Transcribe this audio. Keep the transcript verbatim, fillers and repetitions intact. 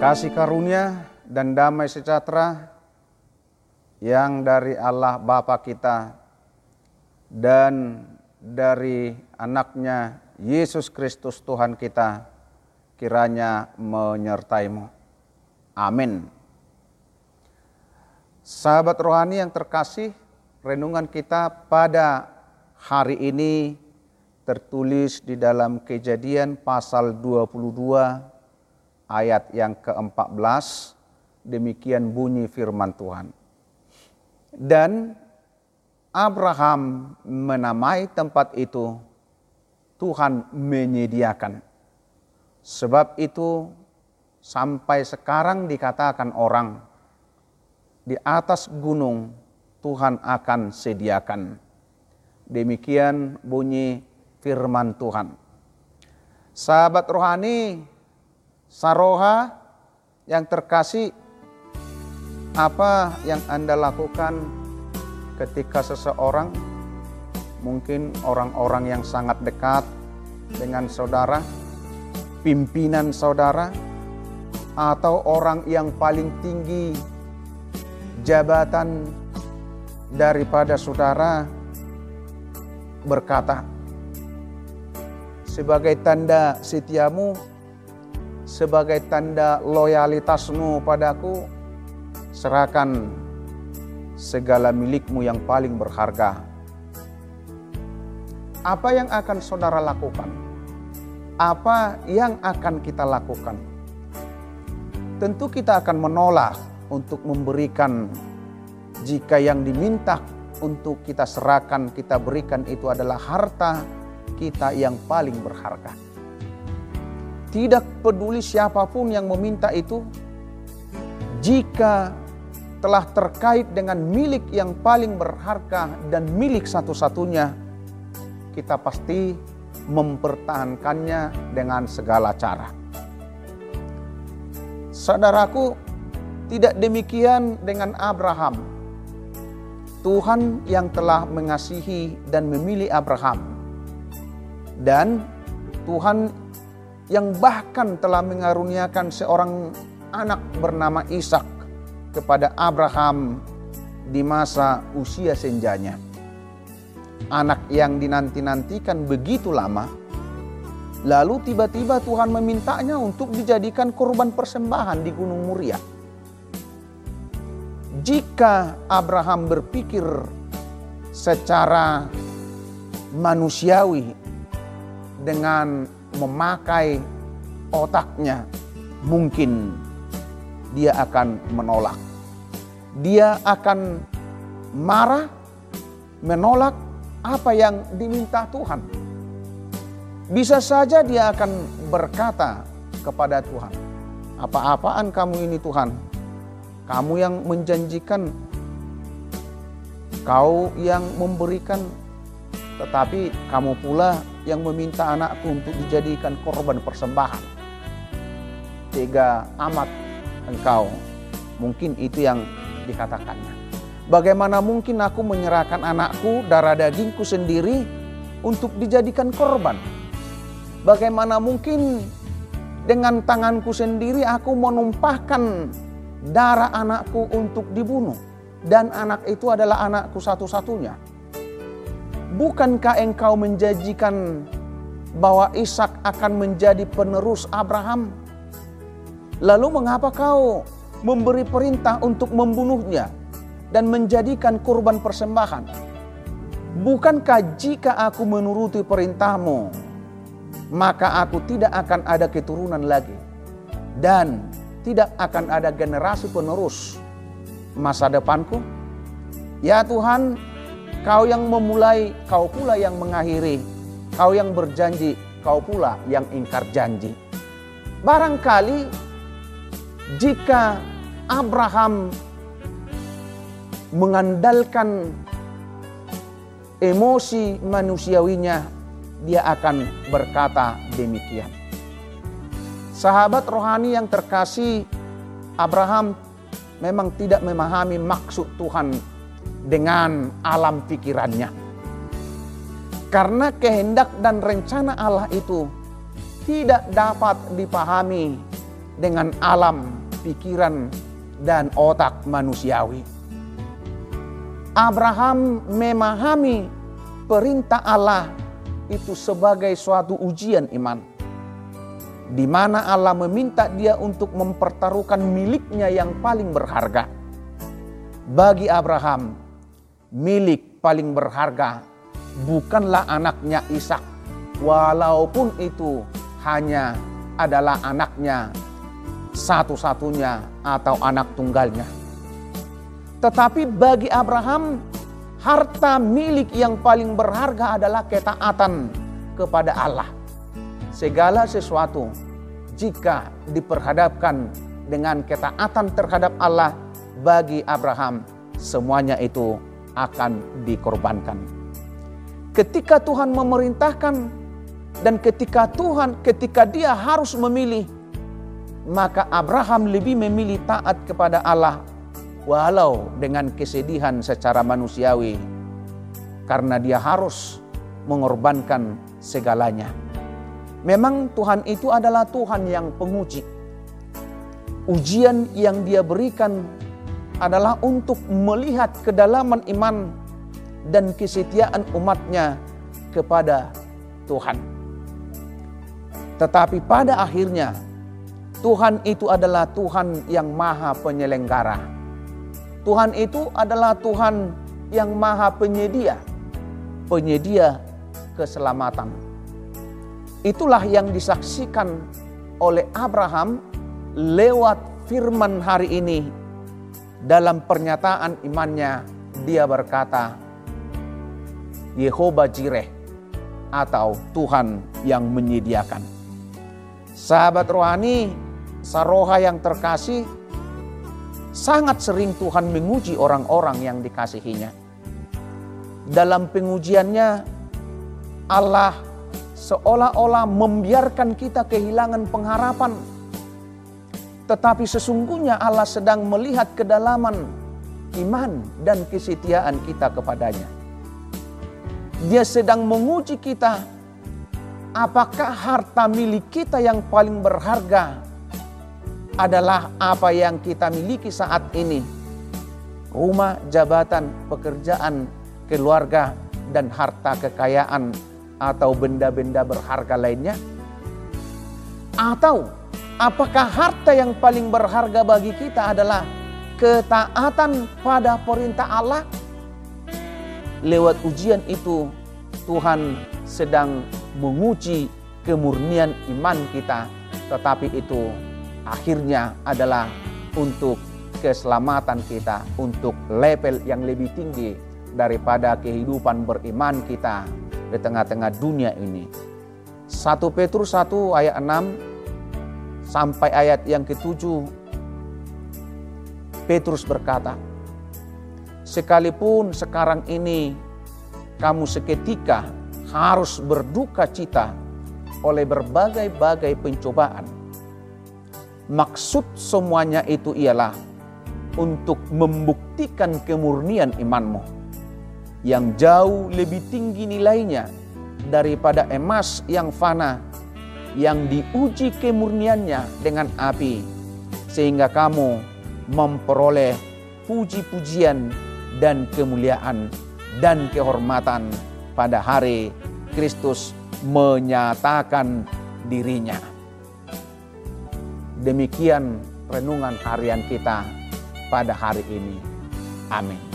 Kasih karunia dan damai sejahtera yang dari Allah Bapa kita dan dari anaknya Yesus Kristus Tuhan kita kiranya menyertaimu. Amin. Sahabat rohani yang terkasih, renungan kita pada hari ini tertulis di dalam Kejadian pasal dua puluh dua ayat yang keempat belas. Demikian bunyi firman Tuhan. Dan Abraham menamai tempat itu Tuhan menyediakan. Sebab itu sampai sekarang dikatakan orang, di atas gunung Tuhan akan sediakan. Demikian bunyi firman Tuhan. Sahabat rohani, saroha yang terkasih, apa yang Anda lakukan ketika seseorang, mungkin orang-orang yang sangat dekat dengan saudara, pimpinan saudara, atau orang yang paling tinggi jabatan daripada saudara, berkata, sebagai tanda setiamu, sebagai tanda loyalitasmu padaku, serahkan segala milikmu yang paling berharga. Apa yang akan saudara lakukan? Apa yang akan kita lakukan? Tentu kita akan menolak untuk memberikan jika yang diminta untuk kita serahkan, kita berikan itu adalah harta kita yang paling berharga. Tidak peduli siapapun yang meminta itu, jika telah terkait dengan milik yang paling berharga dan milik satu-satunya, kita pasti mempertahankannya dengan segala cara. Saudaraku, tidak demikian dengan Abraham. Tuhan yang telah mengasihi dan memilih Abraham. Dan Tuhan yang bahkan telah mengaruniakan seorang anak bernama Ishak kepada Abraham di masa usia senjanya. Anak yang dinanti-nantikan begitu lama, lalu tiba-tiba Tuhan memintanya untuk dijadikan korban persembahan di Gunung Moria. Jika Abraham berpikir secara manusiawi dengan memakai otaknya, mungkin dia akan menolak. Dia akan marah, menolak apa yang diminta Tuhan. Bisa saja dia akan berkata kepada Tuhan, apa-apaan kamu ini Tuhan? Kamu yang menjanjikan, kau yang memberikan, tetapi kamu pula yang meminta anakku untuk dijadikan korban persembahan. Tega amat engkau. Mungkin itu yang dikatakannya. Bagaimana mungkin aku menyerahkan anakku, darah dagingku sendiri untuk dijadikan korban? Bagaimana mungkin dengan tanganku sendiri aku menumpahkan darah anakku untuk dibunuh, dan anak itu adalah anakku satu-satunya? Bukankah engkau menjanjikan bahwa Ishak akan menjadi penerus Abraham? Lalu mengapa kau memberi perintah untuk membunuhnya dan menjadikan kurban persembahan? Bukankah jika aku menuruti perintahmu, maka aku tidak akan ada keturunan lagi, dan tidak akan ada generasi penerus masa depanku? Ya Tuhan, kau yang memulai, kau pula yang mengakhiri. Kau yang berjanji, kau pula yang ingkar janji. Barangkali jika Abraham mengandalkan emosi manusiawinya, dia akan berkata demikian. Sahabat rohani yang terkasih, Abraham memang tidak memahami maksud Tuhan dengan alam pikirannya. Karena kehendak dan rencana Allah itu tidak dapat dipahami dengan alam, pikiran, dan otak manusiawi. Abraham memahami perintah Allah itu sebagai suatu ujian iman, di mana Allah meminta dia untuk mempertaruhkan miliknya yang paling berharga. Bagi Abraham, milik paling berharga bukanlah anaknya Ishak, walaupun itu hanya adalah anaknya satu-satunya atau anak tunggalnya. Tetapi bagi Abraham, harta milik yang paling berharga adalah ketaatan kepada Allah. Segala sesuatu jika diperhadapkan dengan ketaatan terhadap Allah, bagi Abraham semuanya itu akan dikorbankan. Ketika Tuhan memerintahkan dan ketika Tuhan, ketika dia harus memilih, maka Abraham lebih memilih taat kepada Allah walau dengan kesedihan secara manusiawi, karena dia harus mengorbankan segalanya. Memang Tuhan itu adalah Tuhan yang penguji. Ujian yang dia berikan adalah untuk melihat kedalaman iman dan kesetiaan umatnya kepada Tuhan. Tetapi pada akhirnya Tuhan itu adalah Tuhan yang maha penyelenggara. Tuhan itu adalah Tuhan yang maha penyedia, penyedia keselamatan. Itulah yang disaksikan oleh Abraham lewat firman hari ini. Dalam pernyataan imannya, dia berkata, Yehova Jireh, atau Tuhan yang menyediakan. Sahabat rohani, saroha yang terkasih, sangat sering Tuhan menguji orang-orang yang dikasihinya. Dalam pengujiannya, Allah seolah-olah membiarkan kita kehilangan pengharapan. Tetapi sesungguhnya Allah sedang melihat kedalaman iman dan kesetiaan kita kepadanya. Dia sedang menguji kita, apakah harta milik kita yang paling berharga adalah apa yang kita miliki saat ini. Rumah, jabatan, pekerjaan, keluarga, dan harta kekayaan atau benda-benda berharga lainnya. Atau apakah harta yang paling berharga bagi kita adalah ketaatan pada perintah Allah? Lewat ujian itu, Tuhan sedang menguji kemurnian iman kita. Tetapi itu akhirnya adalah untuk keselamatan kita, untuk level yang lebih tinggi daripada kehidupan beriman kita di tengah-tengah dunia ini. satu Petrus satu ayat enam sampai ayat yang ketujuh, Petrus berkata, sekalipun sekarang ini kamu seketika harus berduka cita oleh berbagai-bagai pencobaan. Maksud semuanya itu ialah untuk membuktikan kemurnian imanmu yang jauh lebih tinggi nilainya daripada emas yang fana, yang diuji kemurniannya dengan api, sehingga kamu memperoleh puji-pujian dan kemuliaan dan kehormatan pada hari Kristus menyatakan dirinya. Demikian renungan harian kita pada hari ini. Amin.